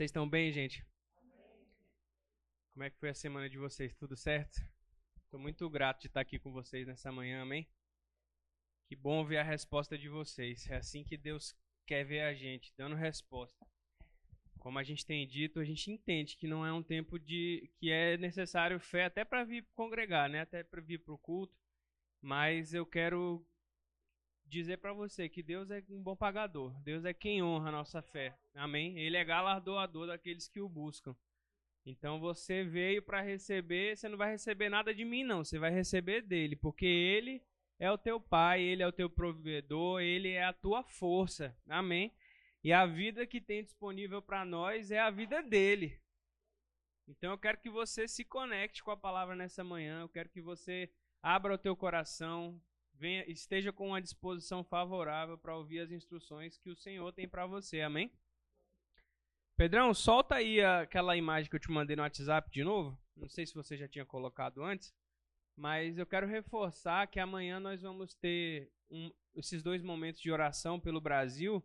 Vocês estão bem, gente? Como é que foi a semana de vocês? Tudo certo? Estou muito grato de estar aqui com vocês nessa manhã, amém? Que bom ver a resposta de vocês. É assim que Deus quer ver a gente, dando resposta. Como a gente tem dito, a gente entende que não é um tempo que é necessário fé até para vir congregar, né? Até para vir para o culto. Mas eu quero dizer para você que Deus é um bom pagador. Deus é quem honra a nossa fé. Amém? Ele é galardoador daqueles que o buscam. Então você veio para receber, você não vai receber nada de mim não, você vai receber dele, porque ele é o teu pai, ele é o teu provedor, ele é a tua força. Amém? E a vida que tem disponível para nós é a vida dele. Então eu quero que você se conecte com a palavra nessa manhã, eu quero que você abra o teu coração, esteja com uma disposição favorável para ouvir as instruções que o Senhor tem para você. Amém? Pedrão, solta aí aquela imagem que eu te mandei no WhatsApp de novo. Não sei se você já tinha colocado antes, mas eu quero reforçar que amanhã nós vamos ter esses 2 momentos de oração pelo Brasil.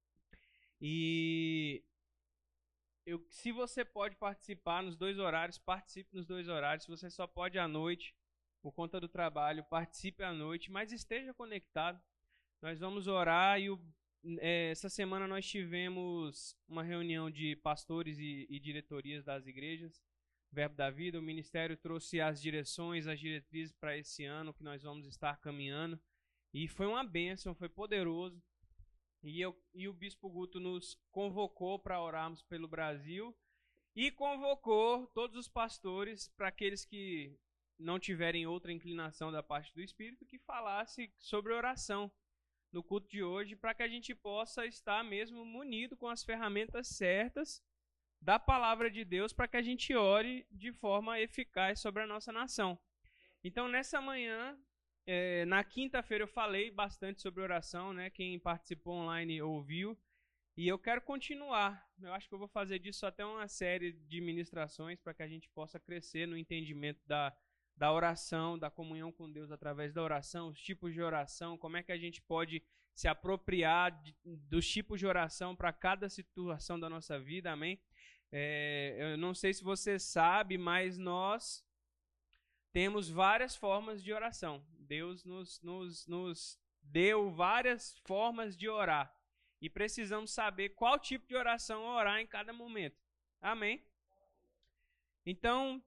E se você pode participar nos 2 horários, participe nos 2 horários. Se você só pode à noite, por conta do trabalho, participe à noite, mas esteja conectado. Nós vamos orar e essa semana nós tivemos uma reunião de pastores e diretorias das igrejas, Verbo da Vida. O ministério trouxe as direções, as diretrizes para esse ano que nós vamos estar caminhando. E foi uma bênção, foi poderoso. E o Bispo Guto nos convocou para orarmos pelo Brasil e convocou todos os pastores, para aqueles que não tiverem outra inclinação da parte do Espírito, que falasse sobre oração no culto de hoje, para que a gente possa estar mesmo munido com as ferramentas certas da palavra de Deus, para que a gente ore de forma eficaz sobre a nossa nação. Então, nessa manhã, na quinta-feira eu falei bastante sobre oração, né? Quem participou online ouviu, e eu quero continuar. Eu acho que eu vou fazer disso até uma série de ministrações, para que a gente possa crescer no entendimento da oração, da comunhão com Deus através da oração, os tipos de oração, como é que a gente pode se apropriar dos tipos de oração para cada situação da nossa vida, amém? Eu não sei se você sabe, mas nós temos várias formas de oração. Deus nos deu várias formas de orar e precisamos saber qual tipo de oração orar em cada momento, amém? Então,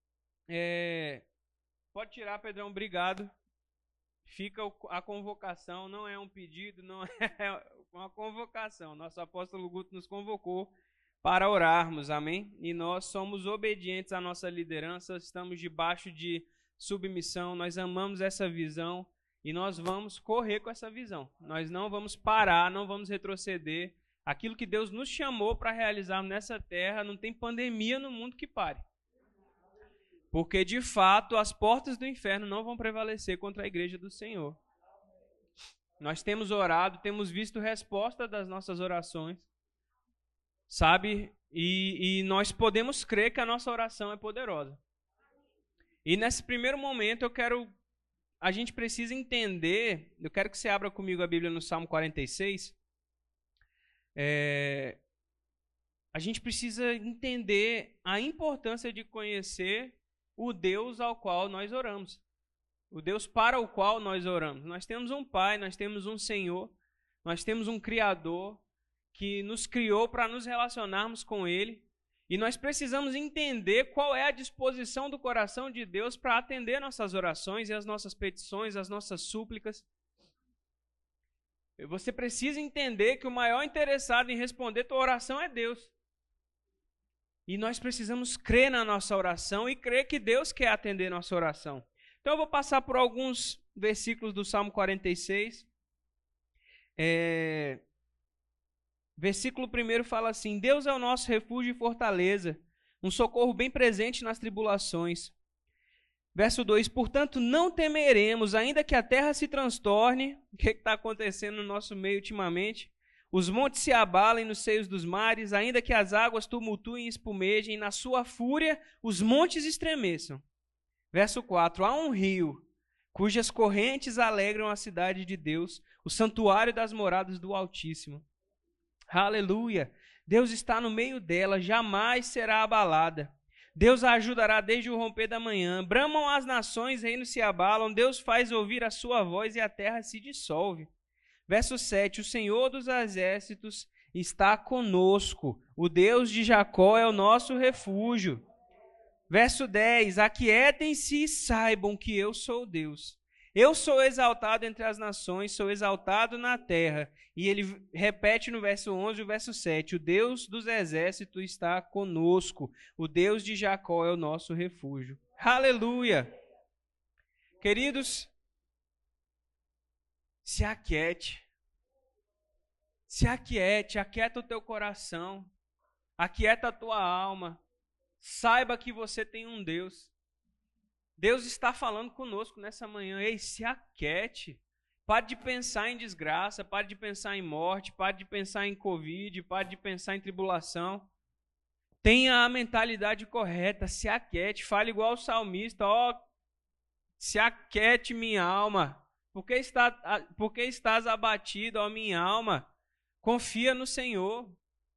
pode tirar, Pedrão, obrigado. Fica a convocação, não é um pedido, não é uma convocação. Nosso apóstolo Guto nos convocou para orarmos, amém? E nós somos obedientes à nossa liderança, estamos debaixo de submissão, nós amamos essa visão e nós vamos correr com essa visão. Nós não vamos parar, não vamos retroceder. Aquilo que Deus nos chamou para realizarmos nessa terra, não tem pandemia no mundo que pare. Porque, de fato, as portas do inferno não vão prevalecer contra a igreja do Senhor. Nós temos orado, temos visto resposta das nossas orações, sabe? E nós podemos crer que a nossa oração é poderosa. E nesse primeiro momento a gente precisa entender, eu quero que você abra comigo a Bíblia no Salmo 46. A gente precisa entender a importância de conhecer o Deus ao qual nós oramos, o Deus para o qual nós oramos. Nós temos um Pai, nós temos um Senhor, nós temos um Criador que nos criou para nos relacionarmos com Ele, e nós precisamos entender qual é a disposição do coração de Deus para atender nossas orações e as nossas petições, as nossas súplicas. Você precisa entender que o maior interessado em responder tua oração é Deus. E nós precisamos crer na nossa oração e crer que Deus quer atender nossa oração. Então eu vou passar por alguns versículos do Salmo 46. Versículo 1 fala assim: Deus é o nosso refúgio e fortaleza, um socorro bem presente nas tribulações. Verso 2: Portanto não temeremos, ainda que a terra se transtorne. O que está acontecendo no nosso meio ultimamente? Os montes se abalem nos seios dos mares, ainda que as águas tumultuem e espumejem, na sua fúria os montes estremeçam. Verso 4: Há um rio, cujas correntes alegram a cidade de Deus, o santuário das moradas do Altíssimo. Aleluia! Deus está no meio dela, jamais será abalada. Deus a ajudará desde o romper da manhã. Bramam as nações, reinos se abalam. Deus faz ouvir a sua voz e a terra se dissolve. Verso 7. O Senhor dos exércitos está conosco. O Deus de Jacó é o nosso refúgio. Verso 10. Aquietem-se e saibam que eu sou Deus. Eu sou exaltado entre as nações, sou exaltado na terra. E ele repete no verso 11 e o verso 7. O Deus dos exércitos está conosco. O Deus de Jacó é o nosso refúgio. Aleluia! Queridos, se aquiete. Se aquiete, aquieta o teu coração. Aquieta a tua alma. Saiba que você tem um Deus. Deus está falando conosco nessa manhã. Ei, se aquiete. Pare de pensar em desgraça, pare de pensar em morte, pare de pensar em Covid, pare de pensar em tribulação. Tenha a mentalidade correta, se aquiete, fale igual o salmista, se aquiete minha alma. Por que estás abatido, ó minha alma? Confia no Senhor.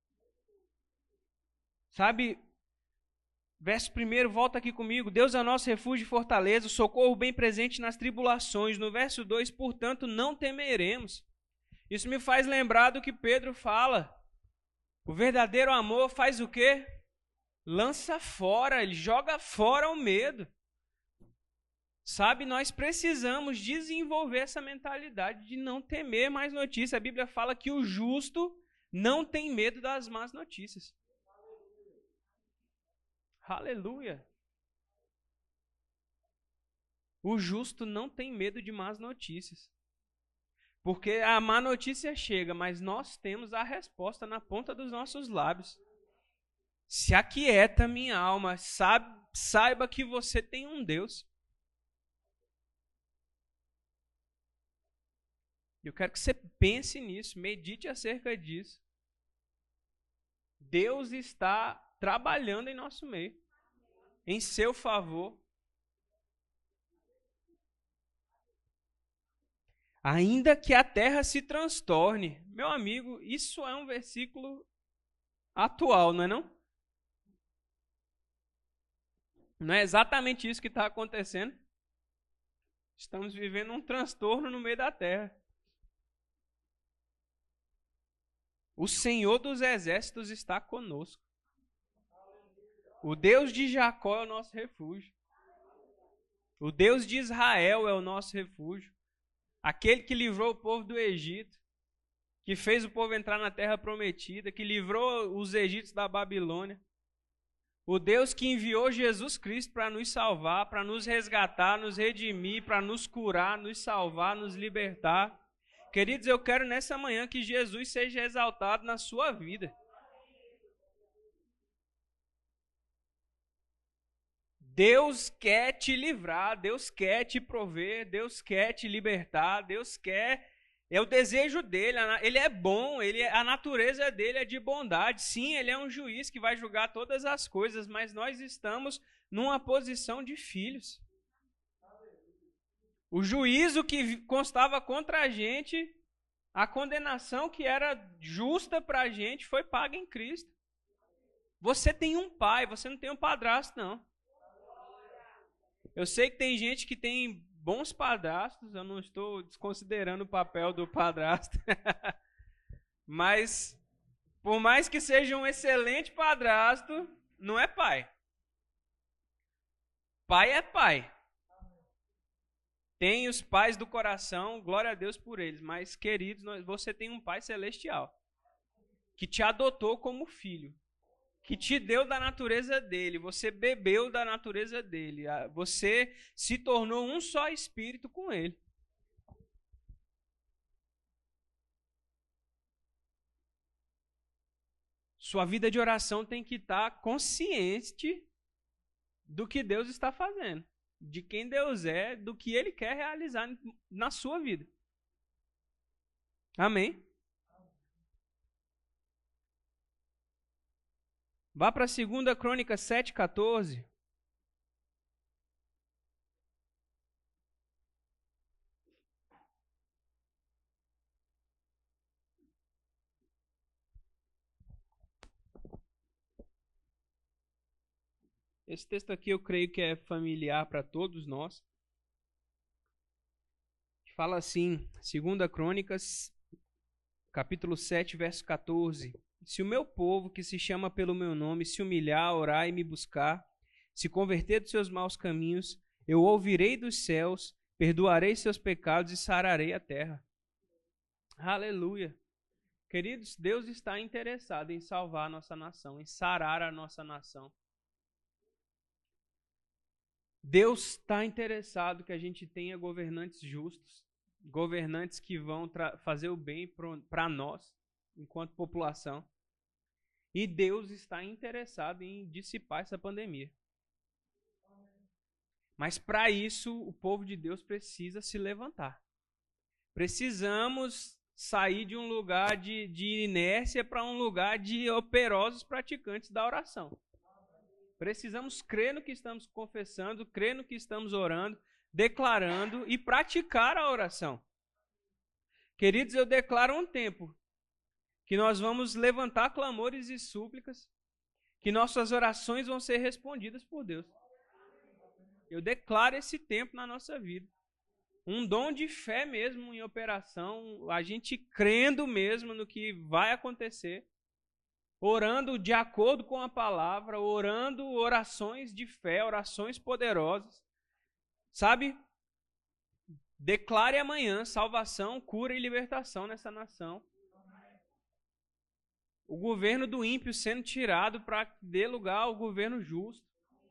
Sabe, verso 1, volta aqui comigo. Deus é o nosso refúgio e fortaleza, o socorro bem presente nas tribulações. No verso 2, portanto, não temeremos. Isso me faz lembrar do que Pedro fala. O verdadeiro amor faz o quê? Lança fora, ele joga fora o medo. Sabe, nós precisamos desenvolver essa mentalidade de não temer mais notícias. A Bíblia fala que o justo não tem medo das más notícias. Aleluia. O justo não tem medo de más notícias. Porque a má notícia chega, mas nós temos a resposta na ponta dos nossos lábios. Se aquieta, minha alma, saiba que você tem um Deus. Eu quero que você pense nisso, medite acerca disso. Deus está trabalhando em nosso meio, em seu favor. Ainda que a terra se transtorne. Meu amigo, isso é um versículo atual, não é não? Não é exatamente isso que está acontecendo? Estamos vivendo um transtorno no meio da terra. O Senhor dos exércitos está conosco. O Deus de Jacó é o nosso refúgio. O Deus de Israel é o nosso refúgio. Aquele que livrou o povo do Egito, que fez o povo entrar na terra prometida, que livrou os egípcios da Babilônia. O Deus que enviou Jesus Cristo para nos salvar, para nos resgatar, nos redimir, para nos curar, nos salvar, nos libertar. Queridos, eu quero nessa manhã que Jesus seja exaltado na sua vida. Deus quer te livrar, Deus quer te prover, Deus quer te libertar, Deus quer, é o desejo dele, ele é bom, a natureza dele é de bondade. Sim, ele é um juiz que vai julgar todas as coisas, mas nós estamos numa posição de filhos. O juízo que constava contra a gente, a condenação que era justa para a gente foi paga em Cristo. Você tem um pai, você não tem um padrasto, não. Eu sei que tem gente que tem bons padrastos, eu não estou desconsiderando o papel do padrasto. Mas, por mais que seja um excelente padrasto, não é pai. Pai é pai. Tem os pais do coração, glória a Deus por eles. Mas, queridos, você tem um pai celestial que te adotou como filho, que te deu da natureza dele, você bebeu da natureza dele, você se tornou um só espírito com ele. Sua vida de oração tem que estar consciente do que Deus está fazendo, de quem Deus é, do que Ele quer realizar na sua vida. Amém? Vá para 2 Crônicas 7,14. Esse texto aqui eu creio que é familiar para todos nós. Fala assim, 2 Crônicas, capítulo 7, verso 14. Se o meu povo, que se chama pelo meu nome, se humilhar, orar e me buscar, se converter dos seus maus caminhos, eu ouvirei dos céus, perdoarei seus pecados e sararei a terra. Aleluia. Queridos, Deus está interessado em salvar a nossa nação, em sarar a nossa nação. Deus está interessado que a gente tenha governantes justos, governantes que vão fazer o bem para nós, enquanto população. E Deus está interessado em dissipar essa pandemia. Mas para isso, o povo de Deus precisa se levantar. Precisamos sair de um lugar de inércia para um lugar de operosos praticantes da oração. Precisamos crer no que estamos confessando, crer no que estamos orando, declarando e praticar a oração. Queridos, eu declaro um tempo que nós vamos levantar clamores e súplicas, que nossas orações vão ser respondidas por Deus. Eu declaro esse tempo na nossa vida. Um dom de fé mesmo em operação, a gente crendo mesmo no que vai acontecer, orando de acordo com a palavra, orando orações de fé, orações poderosas. Sabe? Declare amanhã salvação, cura e libertação nessa nação. O governo do ímpio sendo tirado para dar lugar ao governo justo.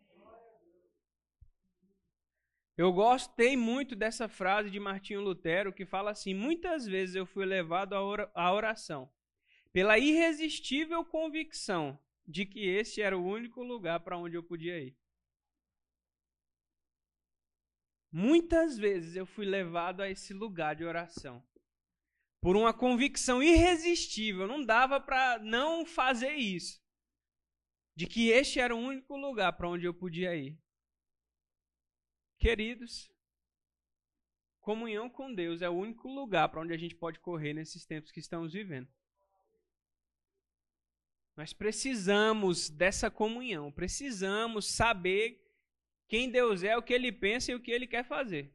Eu gostei muito dessa frase de Martinho Lutero, que fala assim: muitas vezes eu fui levado à oração, pela irresistível convicção de que este era o único lugar para onde eu podia ir. Muitas vezes eu fui levado a esse lugar de oração, por uma convicção irresistível, não dava para não fazer isso, de que este era o único lugar para onde eu podia ir. Queridos, comunhão com Deus é o único lugar para onde a gente pode correr nesses tempos que estamos vivendo. Nós precisamos dessa comunhão, precisamos saber quem Deus é, o que Ele pensa e o que Ele quer fazer.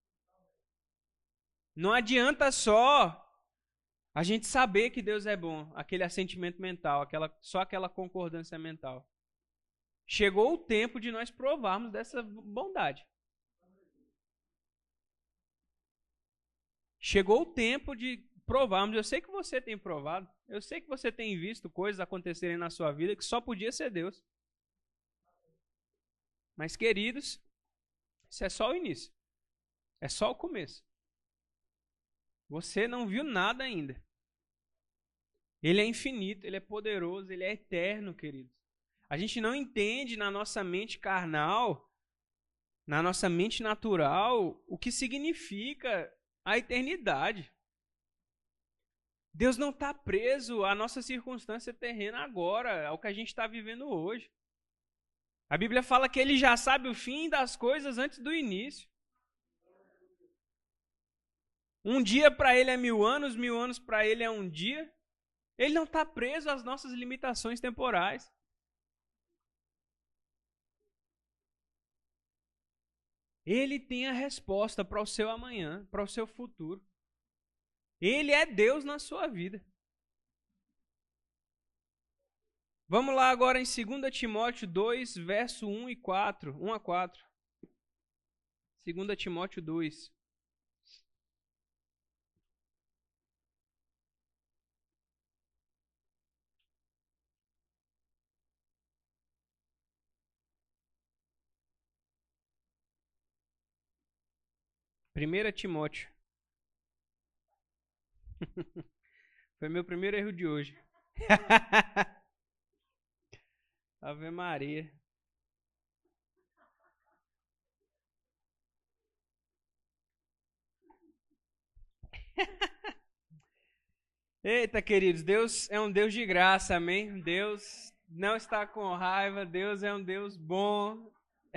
Não adianta só a gente saber que Deus é bom, aquele assentimento mental, só aquela concordância mental. Chegou o tempo de nós provarmos dessa bondade. Chegou o tempo de provarmos. Eu sei que você tem provado. Eu sei que você tem visto coisas acontecerem na sua vida que só podia ser Deus. Mas, queridos, isso é só o início. É só o começo. Você não viu nada ainda. Ele é infinito, ele é poderoso, ele é eterno, queridos. A gente não entende na nossa mente carnal, na nossa mente natural, o que significa a eternidade. Deus não está preso à nossa circunstância terrena agora, ao que a gente está vivendo hoje. A Bíblia fala que Ele já sabe o fim das coisas antes do início. Um dia para Ele é 1000 anos para Ele é um dia. Ele não está preso às nossas limitações temporais. Ele tem a resposta para o seu amanhã, para o seu futuro. Ele é Deus na sua vida. Vamos lá agora em 2 Timóteo 2, verso 1 e 4. 1 a 4. 2 Timóteo 2. Primeira Timóteo. Foi meu primeiro erro de hoje. Ave Maria. Eita, queridos, Deus é um Deus de graça, amém? Deus não está com raiva, Deus é um Deus bom.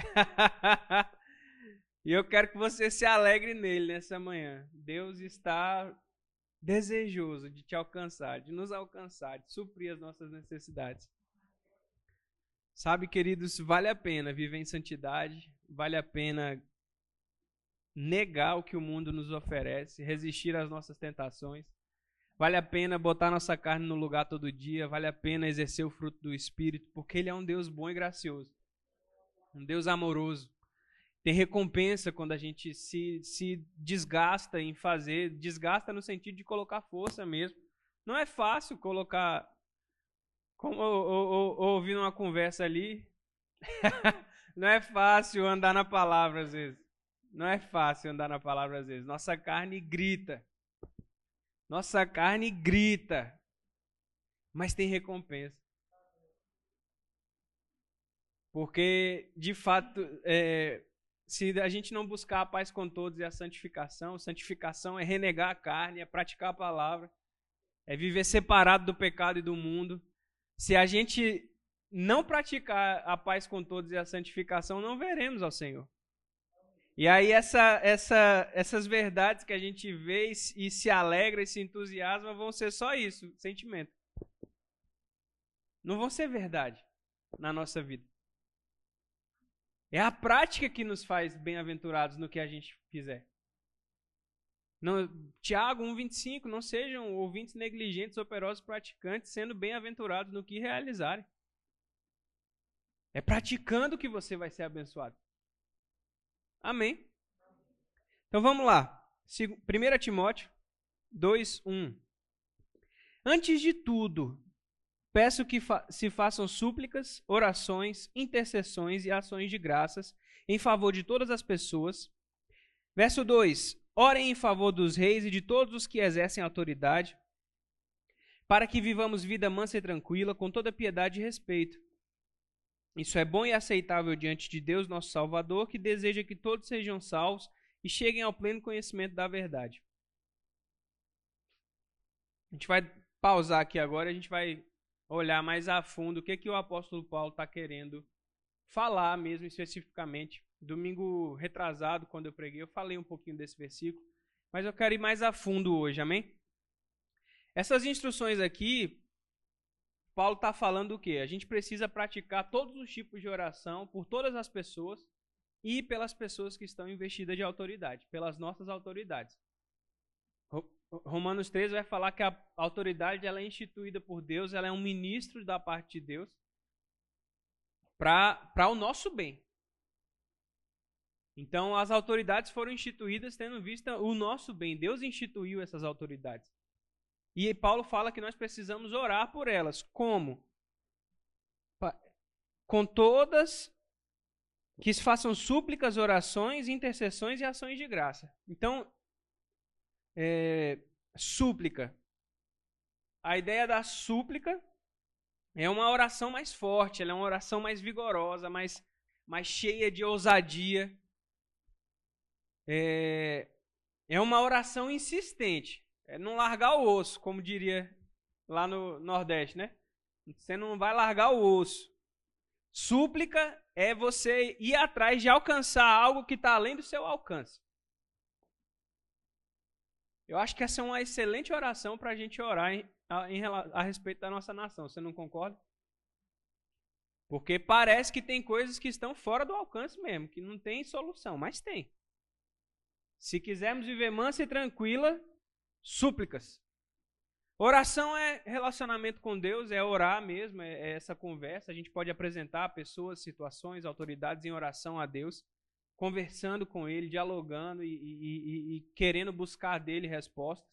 E eu quero que você se alegre nele nessa manhã. Deus está desejoso de te alcançar, de nos alcançar, de suprir as nossas necessidades. Sabe, queridos, vale a pena viver em santidade, vale a pena negar o que o mundo nos oferece, resistir às nossas tentações. Vale a pena botar nossa carne no lugar todo dia, vale a pena exercer o fruto do Espírito, porque Ele é um Deus bom e gracioso, um Deus amoroso. Tem recompensa quando a gente se desgasta em fazer, desgasta no sentido de colocar força mesmo. Não é fácil colocar, como ouvindo uma conversa ali, não é fácil andar na palavra às vezes. Não é fácil andar na palavra às vezes. Nossa carne grita. Nossa carne grita, mas tem recompensa. Porque, de fato, se a gente não buscar a paz com todos e a santificação é renegar a carne, é praticar a palavra, é viver separado do pecado e do mundo. Se a gente não praticar a paz com todos e a santificação, não veremos ao Senhor. E aí essas verdades que a gente vê e se alegra e se entusiasma vão ser só isso, sentimento. Não vão ser verdade na nossa vida. É a prática que nos faz bem-aventurados no que a gente fizer. Tiago 1,25, não sejam ouvintes negligentes, operosos, praticantes, sendo bem-aventurados no que realizarem. É praticando que você vai ser abençoado. Amém. Então vamos lá. 1 Timóteo 2:1. Antes de tudo, peço que se façam súplicas, orações, intercessões e ações de graças em favor de todas as pessoas. Verso 2. Orem em favor dos reis e de todos os que exercem autoridade, para que vivamos vida mansa e tranquila, com toda piedade e respeito. Isso é bom e aceitável diante de Deus, nosso Salvador, que deseja que todos sejam salvos e cheguem ao pleno conhecimento da verdade. A gente vai pausar aqui agora e a gente vai olhar mais a fundo o que o apóstolo Paulo está querendo falar mesmo especificamente. Domingo retrasado, quando eu preguei, eu falei um pouquinho desse versículo, mas eu quero ir mais a fundo hoje, amém? Essas instruções aqui, Paulo está falando o quê? A gente precisa praticar todos os tipos de oração por todas as pessoas e pelas pessoas que estão investidas de autoridade, pelas nossas autoridades. Romanos 13 vai falar que a autoridade ela é instituída por Deus, ela é um ministro da parte de Deus para o nosso bem. Então, as autoridades foram instituídas tendo em vista o nosso bem. Deus instituiu essas autoridades. E Paulo fala que nós precisamos orar por elas. Como? Com todas que se façam súplicas, orações, intercessões e ações de graça. Então, súplica. A ideia da súplica é uma oração mais forte, ela é uma oração mais vigorosa, mais cheia de ousadia. É uma oração insistente. É não largar o osso, como diria lá no Nordeste, né? Você não vai largar o osso. Súplica é você ir atrás de alcançar algo que está além do seu alcance. Eu acho que essa é uma excelente oração para a gente orar a respeito da nossa nação. Você não concorda? Porque parece que tem coisas que estão fora do alcance mesmo, que não tem solução, mas tem. Se quisermos viver mansa e tranquila, súplicas. Oração é relacionamento com Deus, é orar mesmo, é essa conversa. A gente pode apresentar pessoas, situações, autoridades em oração a Deus, conversando com Ele, dialogando e querendo buscar dele respostas.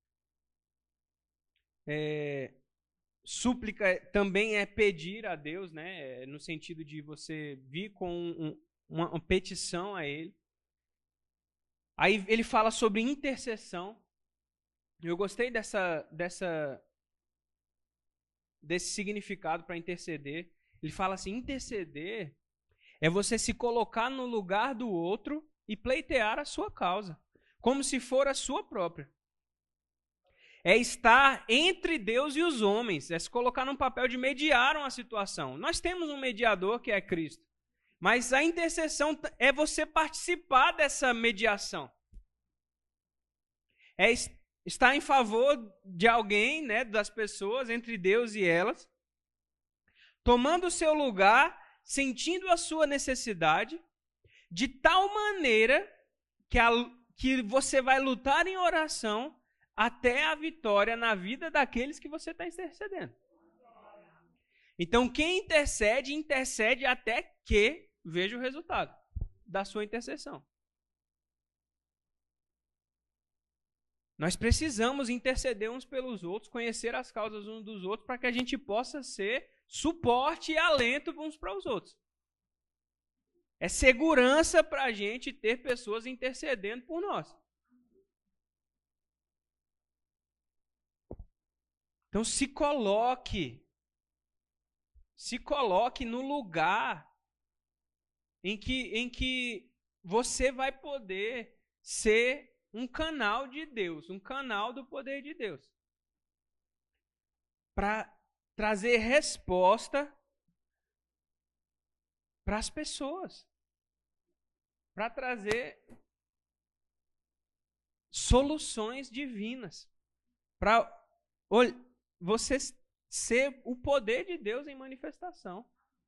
Súplica também é pedir a Deus, né? No sentido de você vir com uma petição a Ele. Aí ele fala sobre intercessão. Eu gostei desse significado para interceder. Ele fala assim, interceder é você se colocar no lugar do outro e pleitear a sua causa, como se for a sua própria. É estar entre Deus e os homens, é se colocar num papel de mediar uma situação. Nós temos um mediador que é Cristo, mas a intercessão é você participar dessa mediação. É estar em favor de alguém, né, das pessoas, entre Deus e elas, tomando o seu lugar, sentindo a sua necessidade, de tal maneira que você vai lutar em oração até a vitória na vida daqueles que você está intercedendo. Então, quem intercede, intercede até que veja o resultado da sua intercessão. Nós precisamos interceder uns pelos outros, conhecer as causas uns dos outros, para que a gente possa ser suporte e alento uns para os outros. É segurança para a gente ter pessoas intercedendo por nós. Então se coloque no lugar em que você vai poder ser um canal de Deus, um canal do poder de Deus, para trazer resposta para as pessoas, para trazer soluções divinas, para você ser o poder de Deus em manifestação.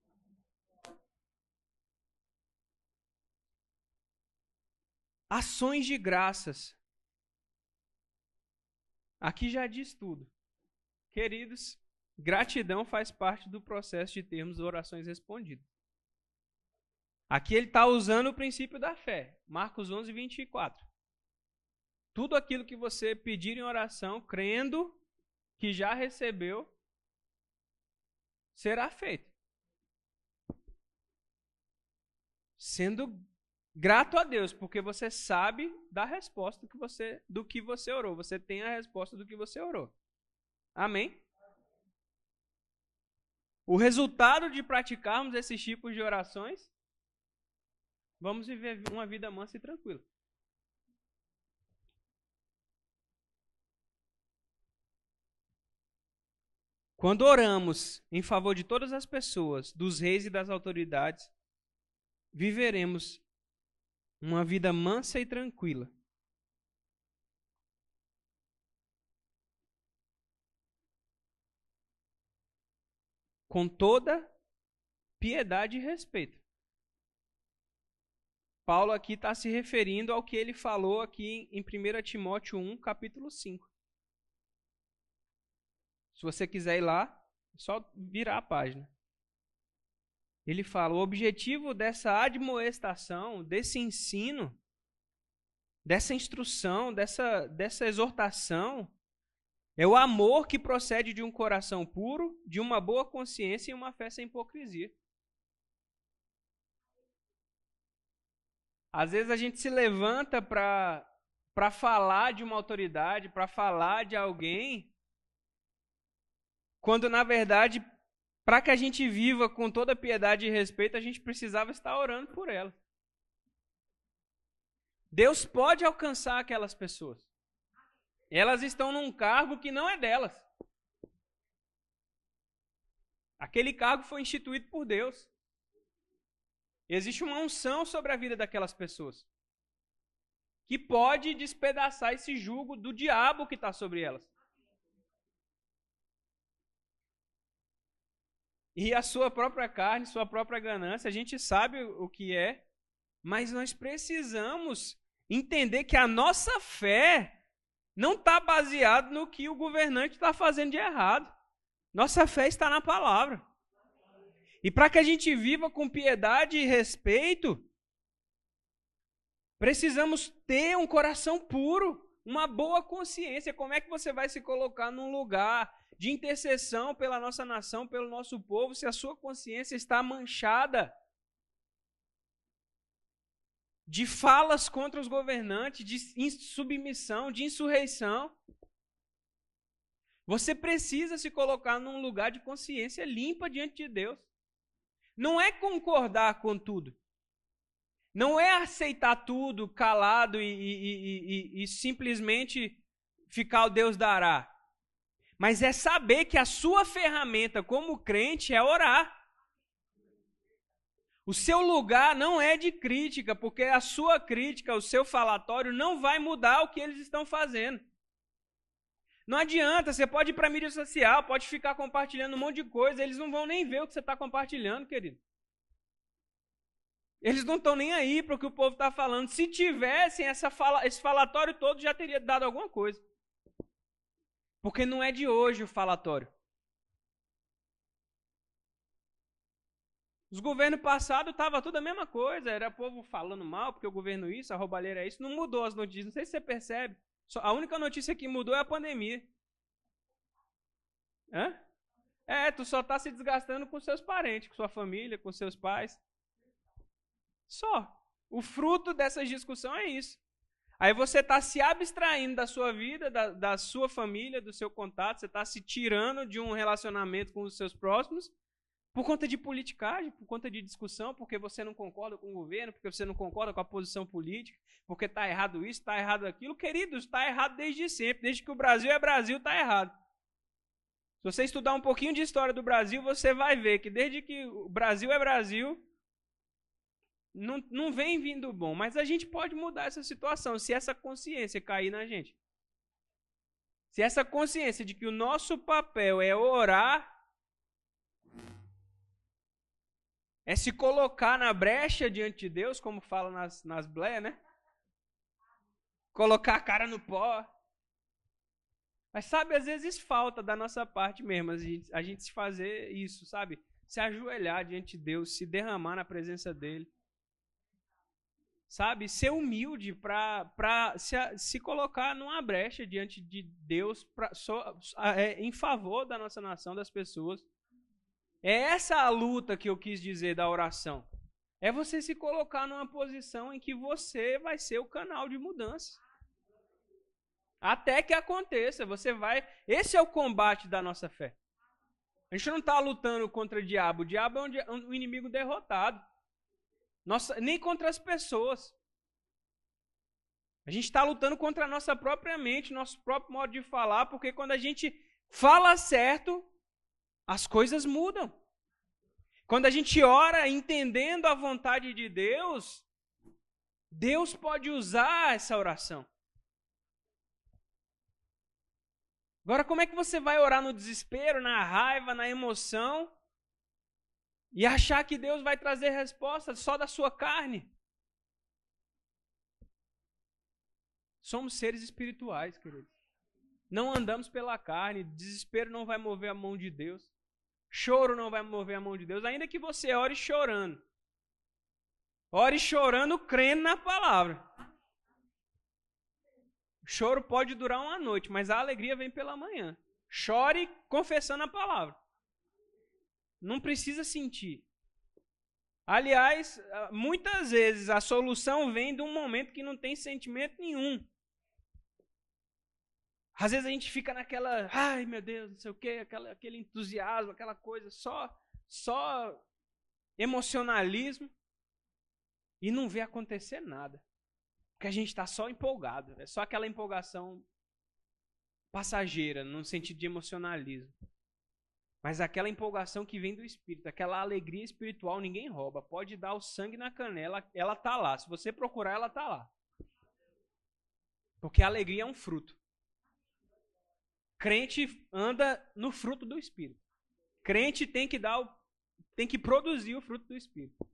Ações de graças. Aqui já diz tudo. Queridos, gratidão faz parte do processo de termos orações respondidas. Aqui ele está usando o princípio da fé. Marcos 11, 24. Tudo aquilo que você pedir em oração, crendo que já recebeu, será feito. Sendo grato a Deus, porque você sabe da resposta do que você orou. Você tem a resposta do que você orou. Amém? O resultado de praticarmos esses tipos de orações, vamos viver uma vida mansa e tranquila. Quando oramos em favor de todas as pessoas, dos reis e das autoridades, viveremos uma vida mansa e tranquila. Com toda piedade e respeito. Paulo aqui está se referindo ao que ele falou aqui em 1 Timóteo 1, capítulo 5. Se você quiser ir lá, é só virar a página. Ele fala, o objetivo dessa admoestação, desse ensino, dessa instrução, dessa exortação, é o amor que procede de um coração puro, de uma boa consciência e uma fé sem hipocrisia. Às vezes a gente se levanta para falar de uma autoridade, para falar de alguém, quando na verdade, para que a gente viva com toda piedade e respeito, a gente precisava estar orando por ela. Deus pode alcançar aquelas pessoas. Elas estão num cargo que não é delas. Aquele cargo foi instituído por Deus. Existe uma unção sobre a vida daquelas pessoas, que pode despedaçar esse jugo do diabo que está sobre elas. E a sua própria carne, sua própria ganância, a gente sabe o que é, mas nós precisamos entender que a nossa fé não está baseada no que o governante está fazendo de errado. Nossa fé está na palavra. E para que a gente viva com piedade e respeito, precisamos ter um coração puro, uma boa consciência. Como é que você vai se colocar num lugar de intercessão pela nossa nação, pelo nosso povo, se a sua consciência está manchada de falas contra os governantes, de insubmissão, de insurreição? Você precisa se colocar num lugar de consciência limpa diante de Deus. Não é concordar com tudo. Não é aceitar tudo calado e simplesmente ficar o Deus dará. Mas é saber que a sua ferramenta como crente é orar. O seu lugar não é de crítica, porque a sua crítica, o seu falatório não vai mudar o que eles estão fazendo. Não adianta, você pode ir para a mídia social, pode ficar compartilhando um monte de coisa, eles não vão nem ver o que você está compartilhando, querido. Eles não estão nem aí para o que o povo está falando. Se tivessem esse falatório todo, já teria dado alguma coisa. Porque não é de hoje o falatório. Os governos passados estavam tudo a mesma coisa. Era o povo falando mal, porque o governo isso, a roubalheira é isso. Não mudou as notícias. Não sei se você percebe. A única notícia que mudou é a pandemia. Hã? Tu só está se desgastando com seus parentes, com sua família, com seus pais. Só. O fruto dessa discussão é isso. Aí você está se abstraindo da sua vida, da sua família, do seu contato, você está se tirando de um relacionamento com os seus próximos por conta de politicagem, por conta de discussão, porque você não concorda com o governo, porque você não concorda com a posição política, porque está errado isso, está errado aquilo. Queridos, está errado desde sempre. Desde que o Brasil é Brasil, está errado. Se você estudar um pouquinho de história do Brasil, você vai ver que desde que o Brasil é Brasil, não vem vindo bom, mas a gente pode mudar essa situação se essa consciência cair na gente. Se essa consciência de que o nosso papel é orar, é se colocar na brecha diante de Deus, como fala nas bleias, né? Colocar a cara no pó. Mas sabe, às vezes falta da nossa parte mesmo, a gente se fazer isso, sabe? Se ajoelhar diante de Deus, se derramar na presença dEle. Sabe, ser humilde para se colocar numa brecha diante de Deus em favor da nossa nação, das pessoas. É essa a luta que eu quis dizer da oração. É você se colocar numa posição em que você vai ser o canal de mudança. Até que aconteça, você vai... Esse é o combate da nossa fé. A gente não está lutando contra o diabo. O diabo é um inimigo derrotado. Nem contra as pessoas. A gente está lutando contra a nossa própria mente, nosso próprio modo de falar, porque quando a gente fala certo, as coisas mudam. Quando a gente ora entendendo a vontade de Deus, Deus pode usar essa oração. Agora, como é que você vai orar no desespero, na raiva, na emoção, e achar que Deus vai trazer resposta só da sua carne? Somos seres espirituais, queridos. Não andamos pela carne. Desespero não vai mover a mão de Deus. Choro não vai mover a mão de Deus. Ainda que você ore chorando. Ore chorando, crendo na palavra. O choro pode durar uma noite, mas a alegria vem pela manhã. Chore confessando a palavra. Não precisa sentir. Aliás, muitas vezes a solução vem de um momento que não tem sentimento nenhum. Às vezes a gente fica naquela, ai meu Deus, não sei o quê, aquele entusiasmo, aquela coisa, só emocionalismo, e não vê acontecer nada. Porque a gente está só empolgado, é só aquela empolgação passageira, no sentido de emocionalismo. Mas aquela empolgação que vem do Espírito, aquela alegria espiritual, ninguém rouba. Pode dar o sangue na canela, ela está lá. Se você procurar, ela está lá. Porque a alegria é um fruto. Crente anda no fruto do Espírito. Crente tem que produzir o fruto do Espírito.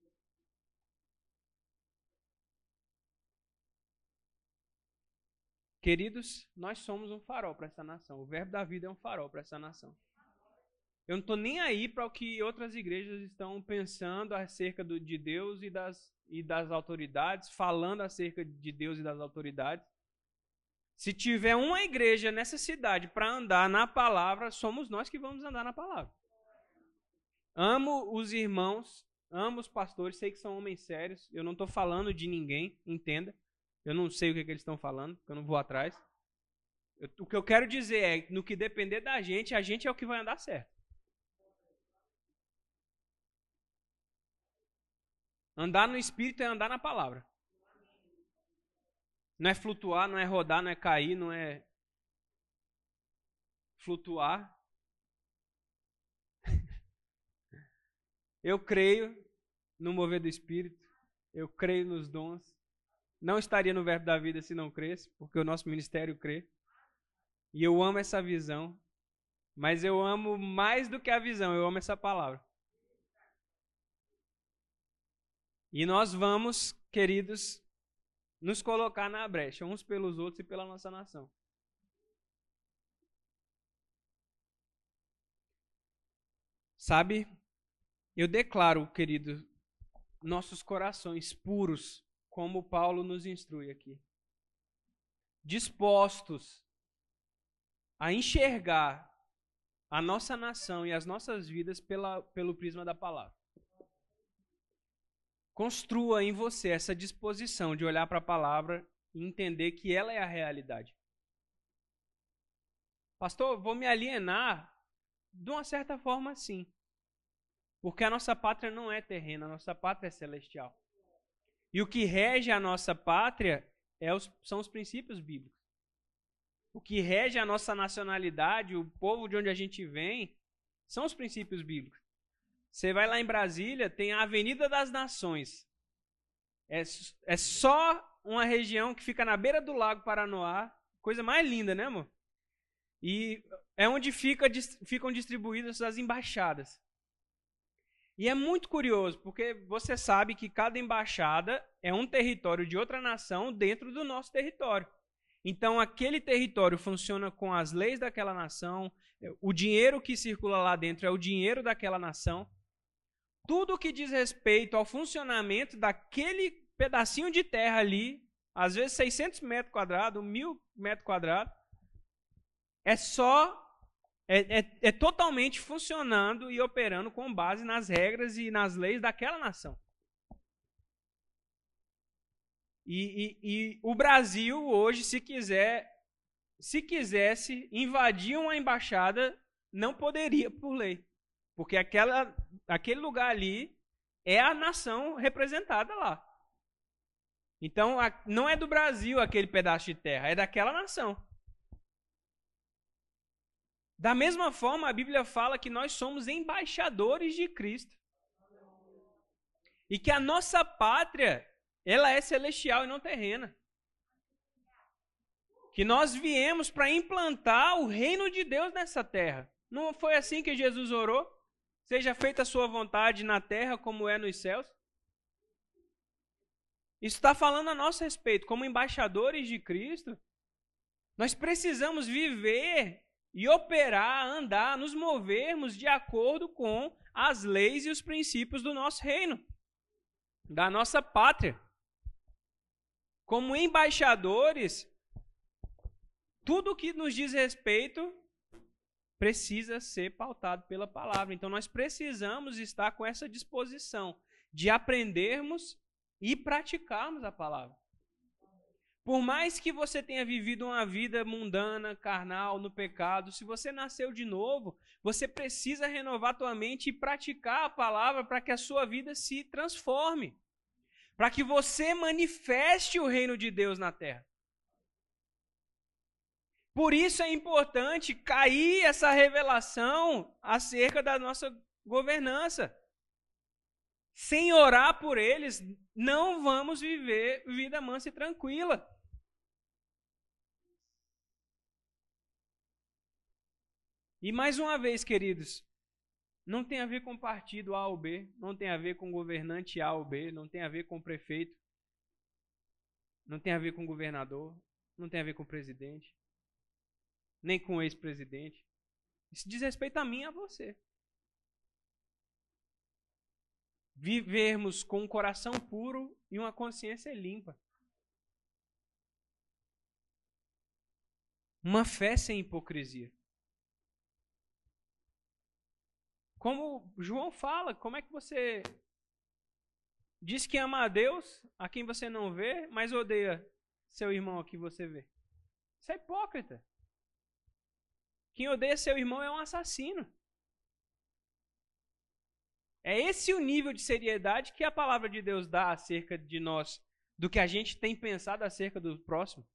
Queridos, nós somos um farol para essa nação. O verbo da vida é um farol para essa nação. Eu não estou nem aí para o que outras igrejas estão pensando acerca de Deus e das autoridades, falando acerca de Deus e das autoridades. Se tiver uma igreja nessa cidade para andar na palavra, somos nós que vamos andar na palavra. Amo os irmãos, amo os pastores, sei que são homens sérios, eu não estou falando de ninguém, entenda. Eu não sei o que eles estão falando, porque eu não vou atrás. O que eu quero dizer é, no que depender da gente, a gente é o que vai andar certo. Andar no Espírito é andar na palavra. Não é flutuar, não é rodar, não é cair, não é flutuar. Eu creio no mover do Espírito, eu creio nos dons. Não estaria no verbo da vida se não cresce, porque o nosso ministério crê. E eu amo essa visão. Mas eu amo mais do que a visão, eu amo essa palavra. E nós vamos, queridos, nos colocar na brecha, uns pelos outros e pela nossa nação. Sabe, eu declaro, querido, nossos corações puros, como Paulo nos instrui aqui, dispostos a enxergar a nossa nação e as nossas vidas pelo prisma da palavra. Construa em você essa disposição de olhar para a palavra e entender que ela é a realidade. Pastor, vou me alienar? De uma certa forma, sim. Porque a nossa pátria não é terrena, a nossa pátria é celestial. E o que rege a nossa pátria são os princípios bíblicos. O que rege a nossa nacionalidade, o povo de onde a gente vem, são os princípios bíblicos. Você vai lá em Brasília, tem a Avenida das Nações. É só uma região que fica na beira do Lago Paranoá. Coisa mais linda, né, amor? E é onde ficam distribuídas as embaixadas. E é muito curioso, porque você sabe que cada embaixada é um território de outra nação dentro do nosso território. Então, aquele território funciona com as leis daquela nação, o dinheiro que circula lá dentro é o dinheiro daquela nação. Tudo que diz respeito ao funcionamento daquele pedacinho de terra ali, às vezes 600 metros quadrados, 1.000 metros quadrados, é totalmente funcionando e operando com base nas regras e nas leis daquela nação. E o Brasil hoje, se quisesse invadir uma embaixada, não poderia por lei. Porque aquele lugar ali é a nação representada lá. Então, não é do Brasil aquele pedaço de terra, é daquela nação. Da mesma forma, a Bíblia fala que nós somos embaixadores de Cristo. E que a nossa pátria, ela é celestial e não terrena. Que nós viemos para implantar o reino de Deus nessa terra. Não foi assim que Jesus orou? Seja feita a sua vontade na terra como é nos céus. Isso está falando a nosso respeito. Como embaixadores de Cristo, nós precisamos viver e operar, andar, nos movermos de acordo com as leis e os princípios do nosso reino, da nossa pátria. Como embaixadores, tudo que nos diz respeito precisa ser pautado pela palavra. Então nós precisamos estar com essa disposição de aprendermos e praticarmos a palavra. Por mais que você tenha vivido uma vida mundana, carnal, no pecado, se você nasceu de novo, você precisa renovar a tua mente e praticar a palavra para que a sua vida se transforme. Para que você manifeste o reino de Deus na terra. Por isso é importante cair essa revelação acerca da nossa governança. Sem orar por eles, não vamos viver vida mansa e tranquila. E mais uma vez, queridos, não tem a ver com partido A ou B, não tem a ver com governante A ou B, não tem a ver com prefeito, não tem a ver com governador, não tem a ver com presidente, nem com ex-presidente. Isso diz respeito a mim e a você. Vivermos com um coração puro e uma consciência limpa. Uma fé sem hipocrisia. Como João fala, como é que você diz que ama a Deus, a quem você não vê, mas odeia seu irmão a quem você vê? Isso é hipócrita. Quem odeia seu irmão é um assassino. É esse o nível de seriedade que a palavra de Deus dá acerca de nós, do que a gente tem pensado acerca do próximo.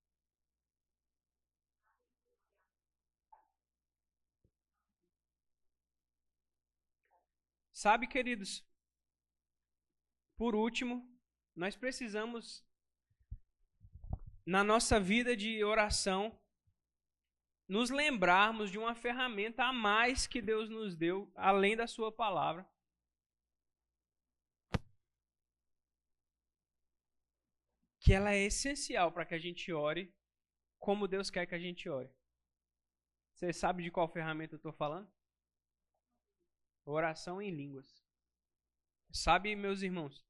Sabe, queridos, por último, nós precisamos, na nossa vida de oração, nos lembrarmos de uma ferramenta a mais que Deus nos deu, além da sua palavra. Que ela é essencial para que a gente ore como Deus quer que a gente ore. Você sabe de qual ferramenta eu estou falando? Oração em línguas. Sabe, meus irmãos,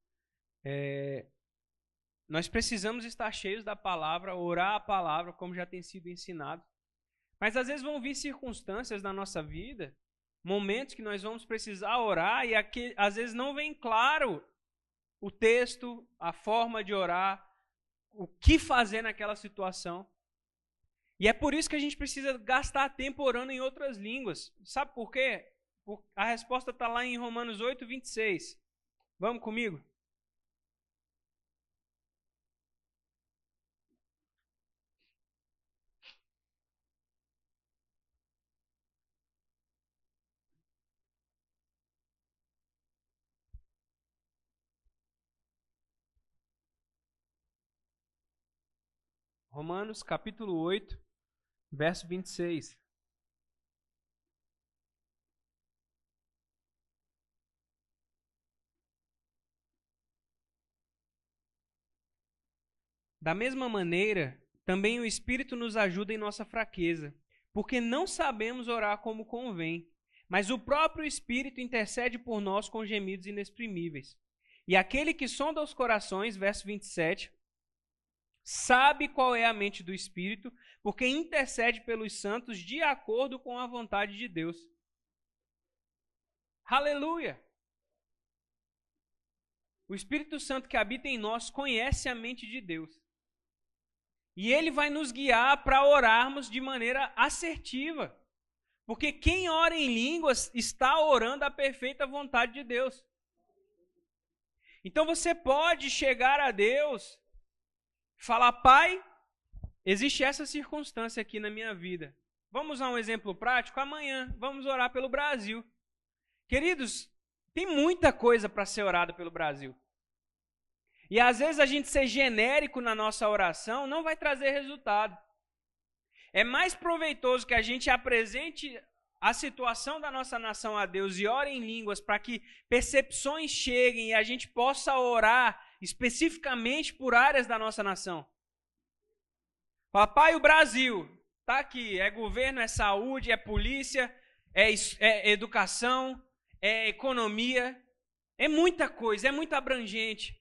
nós precisamos estar cheios da palavra, orar a palavra como já tem sido ensinado. Mas às vezes vão vir circunstâncias na nossa vida, momentos que nós vamos precisar orar e aqui, às vezes não vem claro o texto, a forma de orar, o que fazer naquela situação. E é por isso que a gente precisa gastar tempo orando em outras línguas. Sabe por quê? A resposta está lá em Romanos 8, 26. Vamos comigo? Romanos capítulo 8, verso 26. Da mesma maneira, também o Espírito nos ajuda em nossa fraqueza, porque não sabemos orar como convém, mas o próprio Espírito intercede por nós com gemidos inexprimíveis. E aquele que sonda os corações, verso 27, sabe qual é a mente do Espírito, porque intercede pelos santos de acordo com a vontade de Deus. Aleluia! O Espírito Santo que habita em nós conhece a mente de Deus. E ele vai nos guiar para orarmos de maneira assertiva. Porque quem ora em línguas está orando a perfeita vontade de Deus. Então você pode chegar a Deus e falar: Pai, existe essa circunstância aqui na minha vida. Vamos usar um exemplo prático? Amanhã vamos orar pelo Brasil. Queridos, tem muita coisa para ser orada pelo Brasil. E às vezes a gente ser genérico na nossa oração não vai trazer resultado. É mais proveitoso que a gente apresente a situação da nossa nação a Deus e ore em línguas para que percepções cheguem e a gente possa orar especificamente por áreas da nossa nação. Papai, o Brasil está aqui. É governo, é saúde, é polícia, é educação, é economia. É muita coisa, é muito abrangente.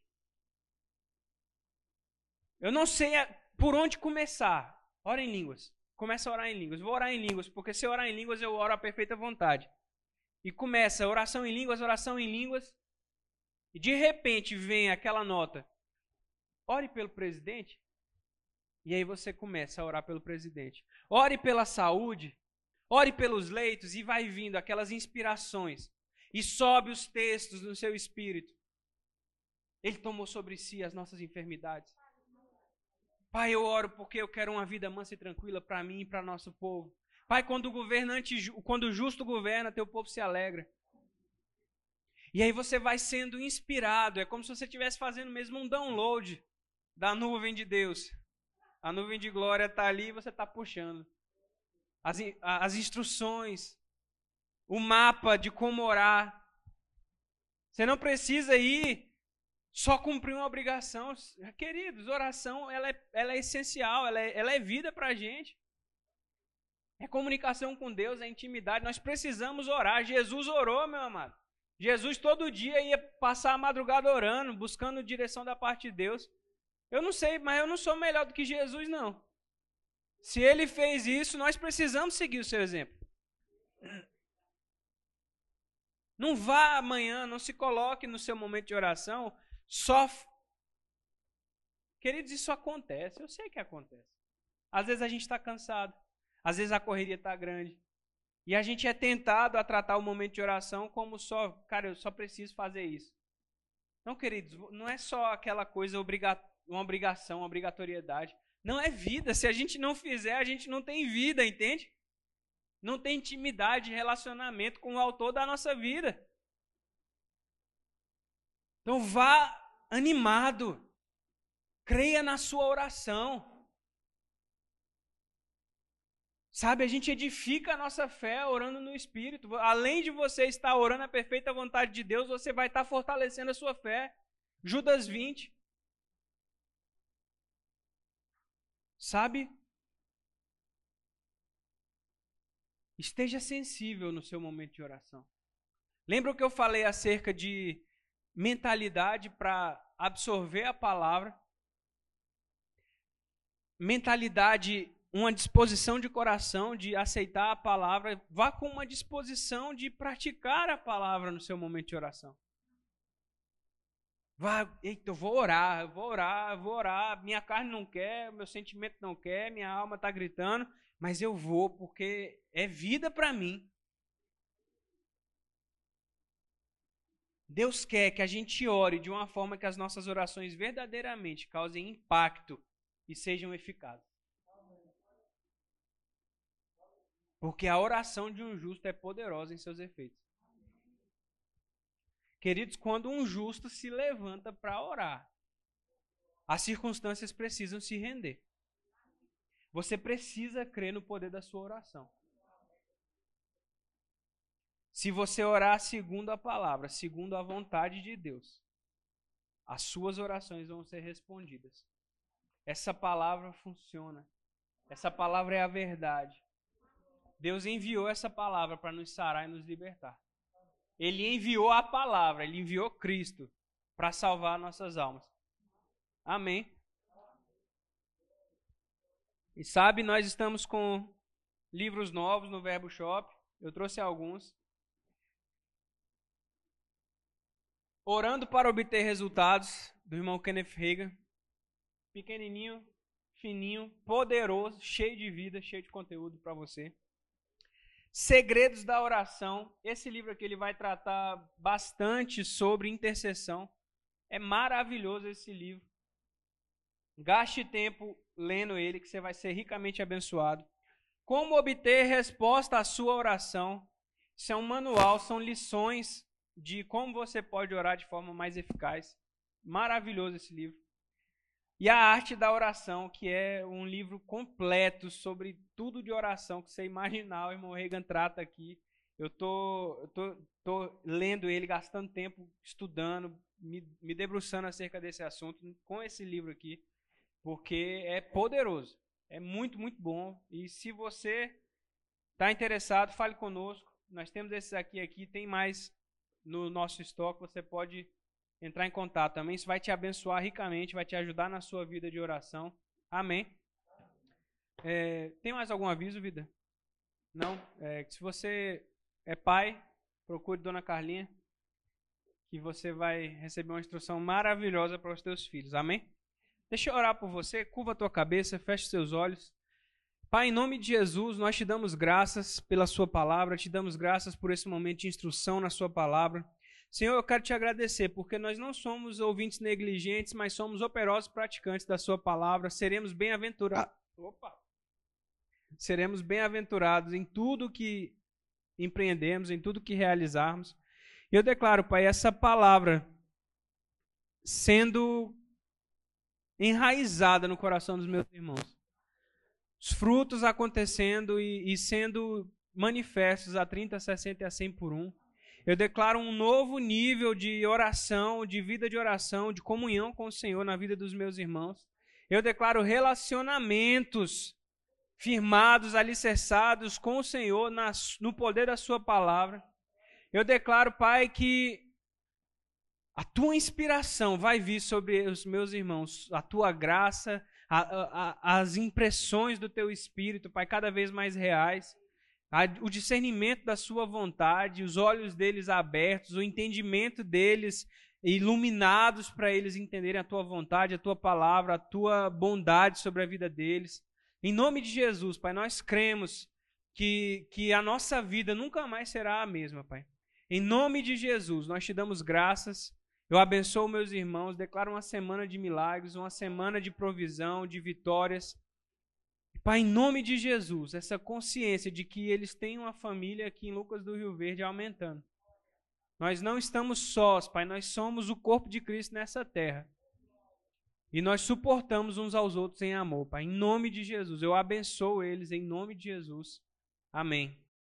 Eu não sei por onde começar. Ora em línguas. Começa a orar em línguas. Vou orar em línguas, porque se eu orar em línguas, eu oro a perfeita vontade. E começa oração em línguas, oração em línguas. E de repente vem aquela nota. Ore pelo presidente. E aí você começa a orar pelo presidente. Ore pela saúde. Ore pelos leitos. E vai vindo aquelas inspirações. E sobe os textos no seu espírito. Ele tomou sobre si as nossas enfermidades. Pai, eu oro porque eu quero uma vida mansa e tranquila para mim e para nosso povo. Pai, quando o justo governa, teu povo se alegra. E aí você vai sendo inspirado. É como se você estivesse fazendo mesmo um download da nuvem de Deus. A nuvem de glória está ali e você está puxando. As instruções, o mapa de como orar. Você não precisa ir só cumprir uma obrigação. Queridos, oração ela é essencial, ela é vida para a gente. É comunicação com Deus, é intimidade. Nós precisamos orar. Jesus orou, meu amado. Jesus todo dia ia passar a madrugada orando, buscando direção da parte de Deus. Eu não sei, mas eu não sou melhor do que Jesus, não. Se ele fez isso, nós precisamos seguir o seu exemplo. Não vá amanhã, não se coloque no seu momento de oração só. Queridos, isso acontece. Eu sei que acontece. Às vezes a gente está cansado. Às vezes a correria está grande. E a gente é tentado a tratar o momento de oração como só, cara, eu só preciso fazer isso. Não, queridos, não é só aquela coisa, uma obrigação, uma obrigatoriedade. Não é vida. Se a gente não fizer, a gente não tem vida, entende? Não tem intimidade, relacionamento com o autor da nossa vida. Então vá animado. Creia na sua oração. Sabe, a gente edifica a nossa fé orando no Espírito. Além de você estar orando a perfeita vontade de Deus, você vai estar fortalecendo a sua fé. Judas 20. Sabe? Esteja sensível no seu momento de oração. Lembra o que eu falei acerca de mentalidade para absorver a palavra? Mentalidade, uma disposição de coração de aceitar a palavra. Vá com uma disposição de praticar a palavra no seu momento de oração. Vá, eita, eu vou orar. Minha carne não quer, meu sentimento não quer, minha alma está gritando, mas eu vou porque é vida para mim. Deus quer que a gente ore de uma forma que as nossas orações verdadeiramente causem impacto e sejam eficazes. Porque a oração de um justo é poderosa em seus efeitos. Queridos, quando um justo se levanta para orar, as circunstâncias precisam se render. Você precisa crer no poder da sua oração. Se você orar segundo a palavra, segundo a vontade de Deus, as suas orações vão ser respondidas. Essa palavra funciona. Essa palavra é a verdade. Deus enviou essa palavra para nos sarar e nos libertar. Ele enviou a palavra, ele enviou Cristo para salvar nossas almas. Amém. E sabe, nós estamos com livros novos no Verbo Shop. Eu trouxe alguns. Orando para obter resultados, do irmão Kenneth Hagin. Pequenininho, fininho, poderoso, cheio de vida, cheio de conteúdo para você. Segredos da oração. Esse livro aqui ele vai tratar bastante sobre intercessão. É maravilhoso esse livro. Gaste tempo lendo ele, que você vai ser ricamente abençoado. Como obter resposta à sua oração. Isso é um manual, são lições de como você pode orar de forma mais eficaz. Maravilhoso esse livro. E A Arte da Oração, que é um livro completo sobre tudo de oração que você imaginar. O irmão Reagan trata aqui. Eu tô lendo ele, gastando tempo estudando, me debruçando acerca desse assunto com esse livro aqui, porque é poderoso. É muito, muito bom. E se você está interessado, fale conosco. Nós temos esses aqui, tem mais no nosso estoque, você pode entrar em contato também. Isso vai te abençoar ricamente, vai te ajudar na sua vida de oração. Amém. Tem mais algum aviso, vida? Não? Se você é pai, procure Dona Carlinha, que você vai receber uma instrução maravilhosa para os teus filhos. Amém? Deixa eu orar por você. Curva a tua cabeça, feche seus olhos. Pai, em nome de Jesus, nós te damos graças pela sua palavra, te damos graças por esse momento de instrução na sua palavra. Senhor, eu quero te agradecer, porque nós não somos ouvintes negligentes, mas somos operosos praticantes da sua palavra. Seremos bem-aventurados. Seremos bem-aventurados em tudo que empreendemos, em tudo que realizarmos. E eu declaro, Pai, essa palavra sendo enraizada no coração dos meus irmãos. Os frutos acontecendo e sendo manifestos a 30, 60 e a 100 por 1. Eu declaro um novo nível de oração, de vida de oração, de comunhão com o Senhor na vida dos meus irmãos. Eu declaro relacionamentos firmados, alicerçados com o Senhor no poder da sua palavra. Eu declaro, Pai, que a tua inspiração vai vir sobre os meus irmãos, a tua graça, as impressões do teu Espírito, Pai, cada vez mais reais. O discernimento da sua vontade, os olhos deles abertos, o entendimento deles iluminados para eles entenderem a tua vontade, a tua palavra, a tua bondade sobre a vida deles. Em nome de Jesus, Pai, nós cremos que a nossa vida nunca mais será a mesma, Pai. Em nome de Jesus, nós te damos graças. Eu abençoo meus irmãos, declaro uma semana de milagres, uma semana de provisão, de vitórias. Pai, em nome de Jesus, essa consciência de que eles têm uma família aqui em Lucas do Rio Verde aumentando. Nós não estamos sós, Pai, nós somos o corpo de Cristo nessa terra. E nós suportamos uns aos outros em amor, Pai. Em nome de Jesus, eu abençoo eles em nome de Jesus. Amém.